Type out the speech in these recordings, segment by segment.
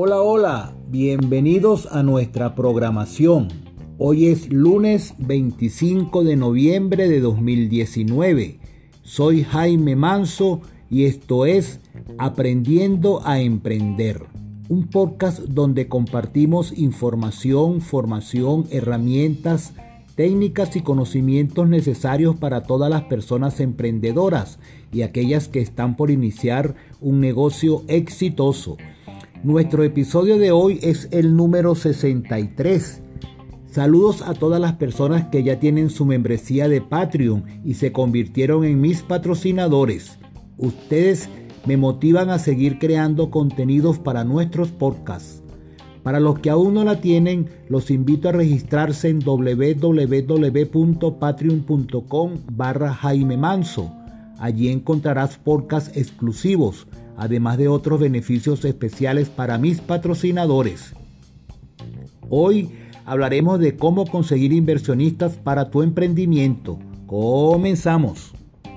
Hola, hola, bienvenidos a nuestra programación. Hoy es lunes 25 de noviembre de 2019. Soy Jaime Manso y esto es Aprendiendo a Emprender, un podcast donde compartimos información, formación, herramientas, técnicas y conocimientos necesarios para todas las personas emprendedoras y aquellas que están por iniciar un negocio exitoso. Nuestro episodio de hoy es el número 63. Saludos a todas las personas que ya tienen su membresía de Patreon y se convirtieron en mis patrocinadores. Ustedes me motivan a seguir creando contenidos para nuestros podcasts. Para los que aún no la tienen, los invito a registrarse en www.patreon.com/Jaime Manso. Allí encontrarás podcasts exclusivos, además de otros beneficios especiales para mis patrocinadores. Hoy hablaremos de cómo conseguir inversionistas para tu emprendimiento. Comenzamos.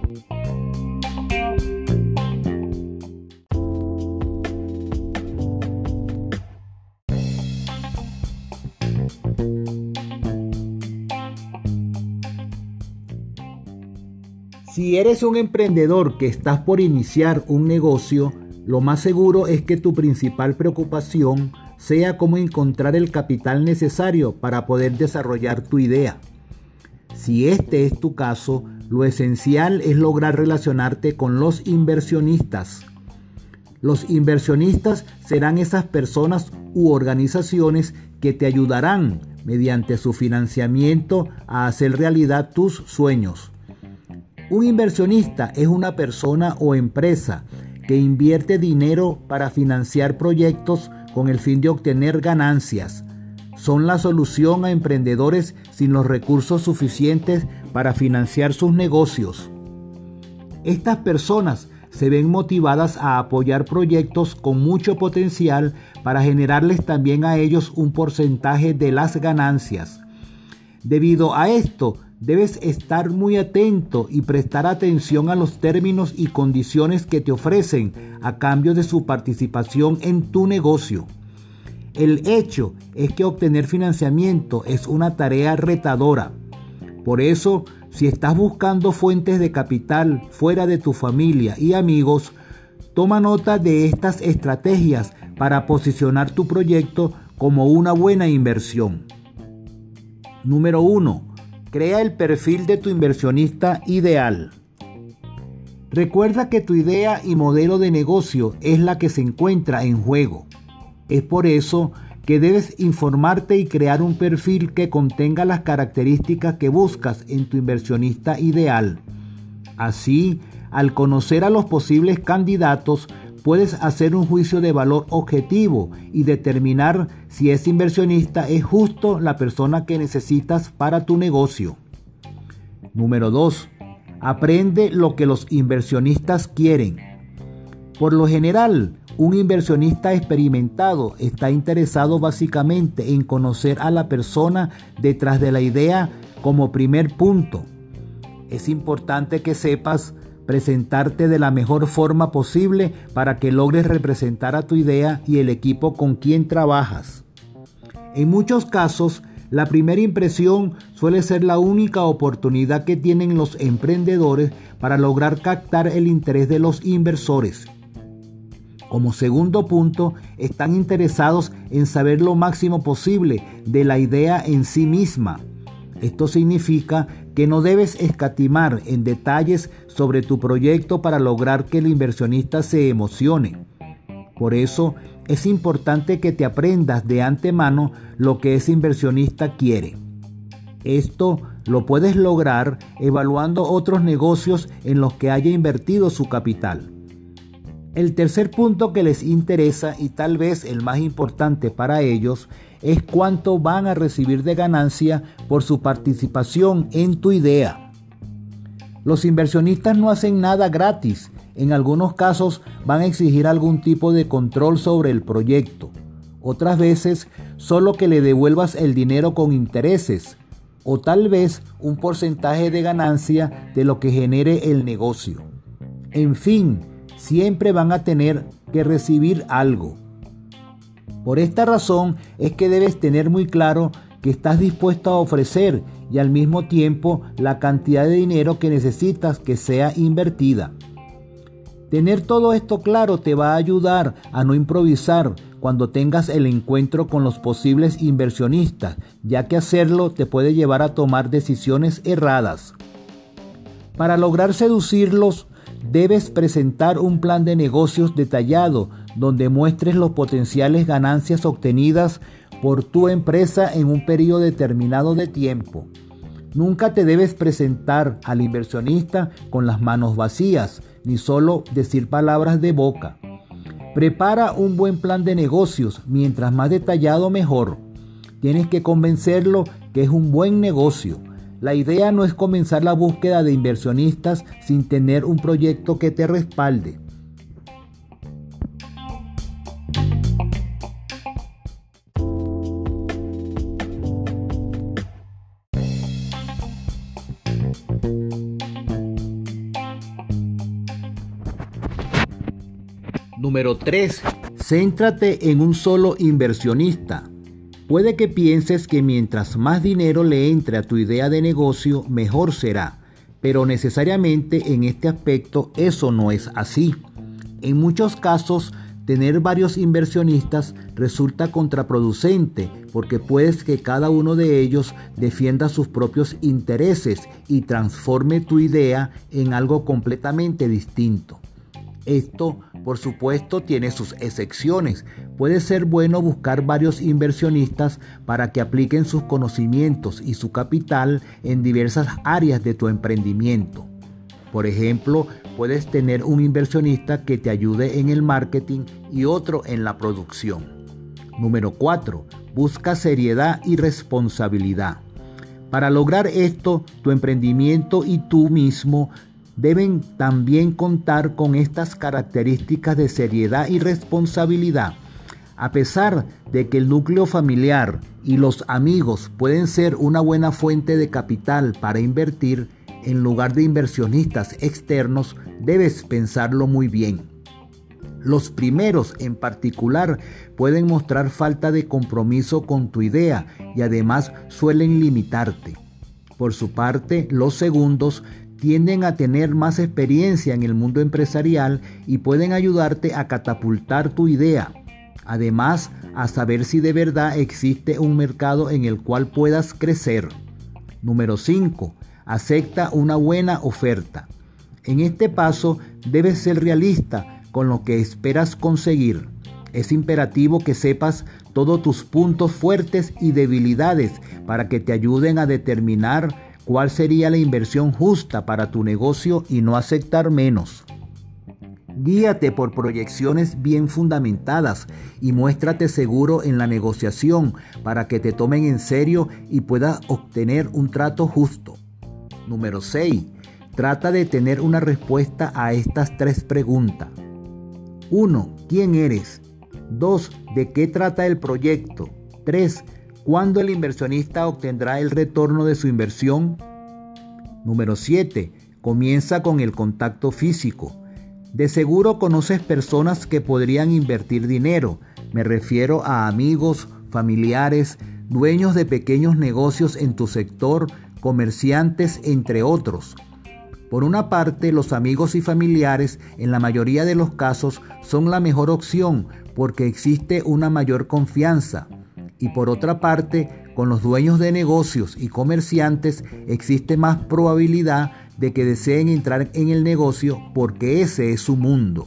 Si eres un emprendedor que estás por iniciar un negocio, lo más seguro es que tu principal preocupación sea cómo encontrar el capital necesario para poder desarrollar tu idea. Si este es tu caso, lo esencial es lograr relacionarte con los inversionistas. Los inversionistas serán esas personas u organizaciones que te ayudarán mediante su financiamiento a hacer realidad tus sueños. Un inversionista es una persona o empresa que invierte dinero para financiar proyectos con el fin de obtener ganancias. Son la solución a emprendedores sin los recursos suficientes para financiar sus negocios. Estas personas se ven motivadas a apoyar proyectos con mucho potencial para generarles también a ellos un porcentaje de las ganancias. Debido a esto, debes estar muy atento y prestar atención a los términos y condiciones que te ofrecen a cambio de su participación en tu negocio. El hecho es que obtener financiamiento es una tarea retadora. Por eso, si estás buscando fuentes de capital fuera de tu familia y amigos, toma nota de estas estrategias para posicionar tu proyecto como una buena inversión. Número 1. Crea el perfil de tu inversionista ideal. Recuerda que tu idea y modelo de negocio es la que se encuentra en juego. Es por eso que debes informarte y crear un perfil que contenga las características que buscas en tu inversionista ideal. Así, al conocer a los posibles candidatos, puedes hacer un juicio de valor objetivo y determinar si ese inversionista es justo la persona que necesitas para tu negocio. Número 2. Aprende lo que los inversionistas quieren. Por lo general, un inversionista experimentado está interesado básicamente en conocer a la persona detrás de la idea como primer punto. Es importante que sepas presentarte de la mejor forma posible para que logres representar a tu idea y el equipo con quien trabajas. En muchos casos, la primera impresión suele ser la única oportunidad que tienen los emprendedores para lograr captar el interés de los inversores. Como segundo punto, están interesados en saber lo máximo posible de la idea en sí misma. Esto significa que no debes escatimar en detalles sobre tu proyecto para lograr que el inversionista se emocione. Por eso, es importante que te aprendas de antemano lo que ese inversionista quiere. Esto lo puedes lograr evaluando otros negocios en los que haya invertido su capital. El tercer punto que les interesa, y tal vez el más importante para ellos, es cuánto van a recibir de ganancia por su participación en tu idea. Los inversionistas no hacen nada gratis. En algunos casos van a exigir algún tipo de control sobre el proyecto. Otras veces solo que le devuelvas el dinero con intereses o tal vez un porcentaje de ganancia de lo que genere el negocio. En fin, siempre van a tener que recibir algo. Por esta razón es que debes tener muy claro que estás dispuesto a ofrecer y al mismo tiempo la cantidad de dinero que necesitas que sea invertida. Tener todo esto claro te va a ayudar a no improvisar cuando tengas el encuentro con los posibles inversionistas, ya que hacerlo te puede llevar a tomar decisiones erradas. Para lograr seducirlos, debes presentar un plan de negocios detallado donde muestres las potenciales ganancias obtenidas por tu empresa en un periodo determinado de tiempo. Nunca te debes presentar al inversionista con las manos vacías, ni solo decir palabras de boca. Prepara un buen plan de negocios, mientras más detallado mejor. Tienes que convencerlo que es un buen negocio. La idea no es comenzar la búsqueda de inversionistas sin tener un proyecto que te respalde. Número 3. Céntrate en un solo inversionista. Puede que pienses que mientras más dinero le entre a tu idea de negocio, mejor será, pero necesariamente en este aspecto eso no es así. En muchos casos, tener varios inversionistas resulta contraproducente porque puedes que cada uno de ellos defienda sus propios intereses y transforme tu idea en algo completamente distinto. Esto, por supuesto, tiene sus excepciones. Puede ser bueno buscar varios inversionistas para que apliquen sus conocimientos y su capital en diversas áreas de tu emprendimiento. Por ejemplo, puedes tener un inversionista que te ayude en el marketing y otro en la producción. Número 4. Busca seriedad y responsabilidad. Para lograr esto, tu emprendimiento y tú mismo deben también contar con estas características de seriedad y responsabilidad. A pesar de que el núcleo familiar y los amigos pueden ser una buena fuente de capital para invertir, en lugar de inversionistas externos, debes pensarlo muy bien. Los primeros, en particular, pueden mostrar falta de compromiso con tu idea y además suelen limitarte. Por su parte, los segundos tienden a tener más experiencia en el mundo empresarial y pueden ayudarte a catapultar tu idea. Además, a saber si de verdad existe un mercado en el cual puedas crecer. Número 5. Acepta una buena oferta. En este paso, debes ser realista con lo que esperas conseguir. Es imperativo que sepas todos tus puntos fuertes y debilidades para que te ayuden a determinar cuál sería la inversión justa para tu negocio y no aceptar menos. Guíate por proyecciones bien fundamentadas y muéstrate seguro en la negociación para que te tomen en serio y puedas obtener un trato justo. Número 6. Trata de tener una respuesta a estas 3 preguntas. 1. ¿Quién eres? 2. ¿De qué trata el proyecto? 3. ¿Cuándo el inversionista obtendrá el retorno de su inversión? Número 7. Comienza con el contacto físico. De seguro conoces personas que podrían invertir dinero. Me refiero a amigos, familiares, dueños de pequeños negocios en tu sector, comerciantes, entre otros. Por una parte, los amigos y familiares, en la mayoría de los casos, son la mejor opción porque existe una mayor confianza. Y por otra parte, con los dueños de negocios y comerciantes existe más probabilidad de que deseen entrar en el negocio porque ese es su mundo.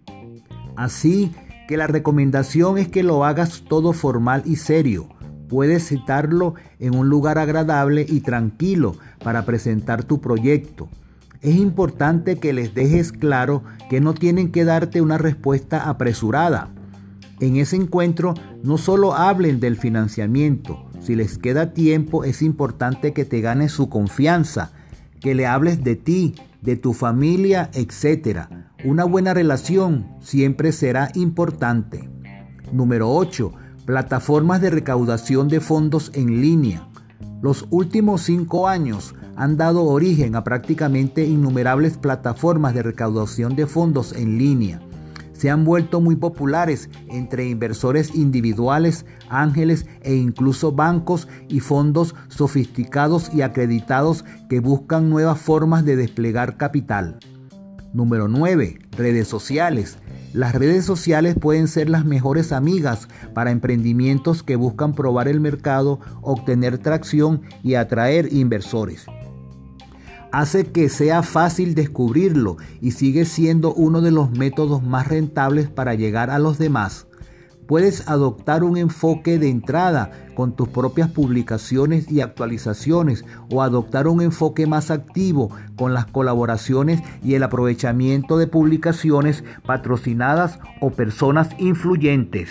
Así que la recomendación es que lo hagas todo formal y serio. Puedes citarlo en un lugar agradable y tranquilo para presentar tu proyecto. Es importante que les dejes claro que no tienen que darte una respuesta apresurada. En ese encuentro no solo hablen del financiamiento. Si les queda tiempo, es importante que te ganes su confianza, que le hables de ti, de tu familia, etc. Una buena relación siempre será importante. Número 8. Plataformas de recaudación de fondos en línea. Los últimos 5 años han dado origen a prácticamente innumerables plataformas de recaudación de fondos en línea. se han vuelto muy populares entre inversores individuales, ángeles e incluso bancos y fondos sofisticados y acreditados que buscan nuevas formas de desplegar capital. Número 9. Redes sociales. Las redes sociales pueden ser las mejores amigas para emprendimientos que buscan probar el mercado, obtener tracción y atraer inversores. Hace que sea fácil descubrirlo y sigue siendo uno de los métodos más rentables para llegar a los demás. Puedes adoptar un enfoque de entrada con tus propias publicaciones y actualizaciones o adoptar un enfoque más activo con las colaboraciones y el aprovechamiento de publicaciones patrocinadas o personas influyentes.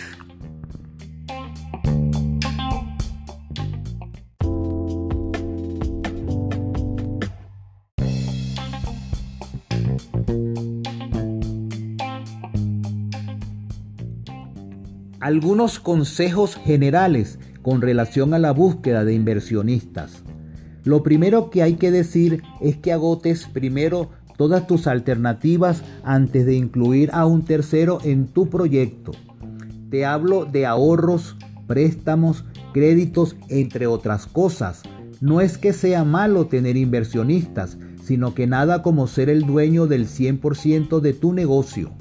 Algunos consejos generales con relación a la búsqueda de inversionistas. Lo primero que hay que decir es que agotes primero todas tus alternativas antes de incluir a un tercero en tu proyecto. Te hablo de ahorros, préstamos, créditos, entre otras cosas. No es que sea malo tener inversionistas, sino que nada como ser el dueño del 100% de tu negocio.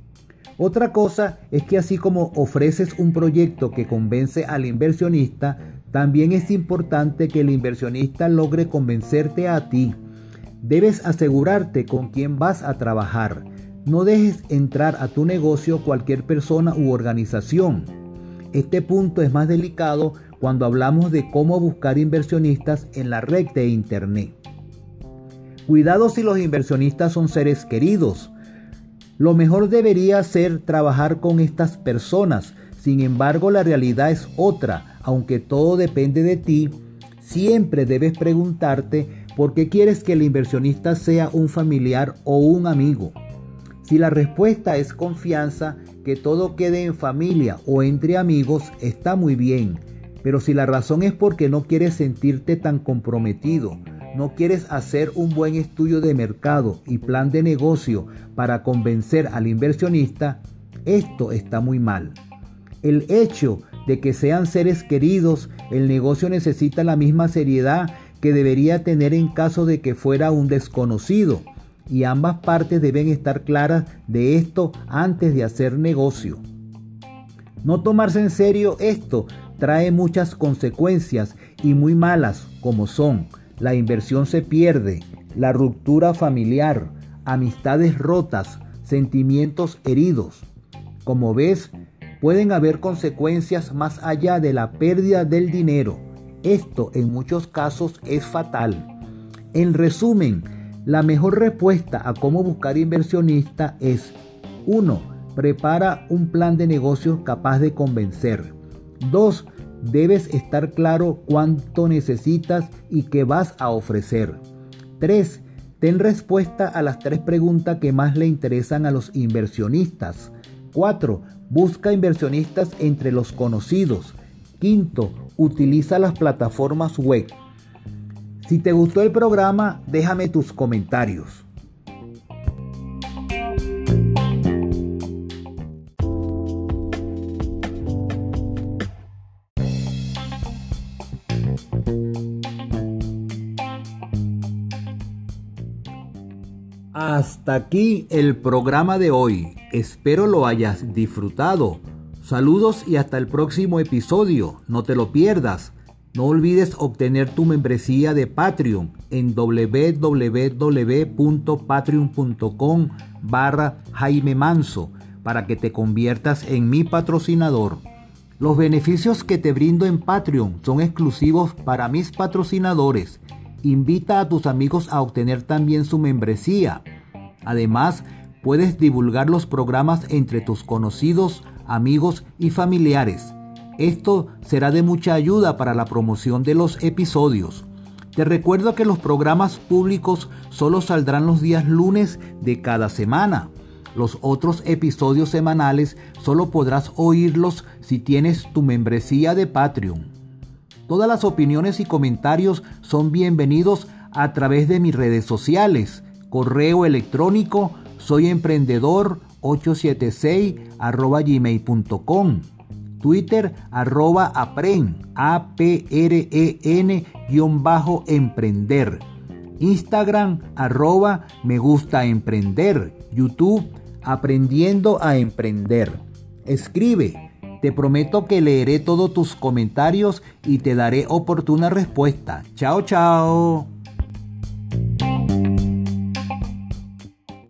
Otra cosa es que así como ofreces un proyecto que convence al inversionista, también es importante que el inversionista logre convencerte a ti. Debes asegurarte con quién vas a trabajar. No dejes entrar a tu negocio cualquier persona u organización. Este punto es más delicado cuando hablamos de cómo buscar inversionistas en la red de Internet. Cuidado si los inversionistas son seres queridos. Lo mejor debería ser trabajar con estas personas. Sin embargo, la realidad es otra. Aunque todo depende de ti, siempre debes preguntarte por qué quieres que el inversionista sea un familiar o un amigo. Si la respuesta es confianza, que todo quede en familia o entre amigos, está muy bien. Pero si la razón es porque no quieres sentirte tan comprometido, no quieres hacer un buen estudio de mercado y plan de negocio para convencer al inversionista, esto está muy mal. El hecho de que sean seres queridos, el negocio necesita la misma seriedad que debería tener en caso de que fuera un desconocido, y ambas partes deben estar claras de esto antes de hacer negocio. No tomarse en serio esto trae muchas consecuencias y muy malas, como son: la inversión se pierde, la ruptura familiar, amistades rotas, sentimientos heridos. Como ves, pueden haber consecuencias más allá de la pérdida del dinero. Esto en muchos casos es fatal. En resumen, la mejor respuesta a cómo buscar inversionista es: 1. Prepara un plan de negocios capaz de convencer. 2. Debes estar claro cuánto necesitas y qué vas a ofrecer. 3. Ten respuesta a las 3 preguntas que más le interesan a los inversionistas. 4. Busca inversionistas entre los conocidos. 5. Utiliza las plataformas web. Si te gustó el programa, déjame tus comentarios. Hasta aquí el programa de hoy. Espero lo hayas disfrutado. Saludos y hasta el próximo episodio. No te lo pierdas. No olvides obtener tu membresía de Patreon en www.patreon.com/Jaime Manso para que te conviertas en mi patrocinador. Los beneficios que te brindo en Patreon son exclusivos para mis patrocinadores. Invita a tus amigos a obtener también su membresía. Además, puedes divulgar los programas entre tus conocidos, amigos y familiares. Esto será de mucha ayuda para la promoción de los episodios. Te recuerdo que los programas públicos solo saldrán los días lunes de cada semana. Los otros episodios semanales solo podrás oírlos si tienes tu membresía de Patreon. Todas las opiniones y comentarios son bienvenidos a través de mis redes sociales. Correo electrónico soyemprendedor 876@gmail.com. Twitter @apren, APREN-emprender. Instagram @me gusta emprender. YouTube aprendiendo a emprender. Escribe, te prometo que leeré todos tus comentarios y te daré oportuna respuesta. Chao, chao.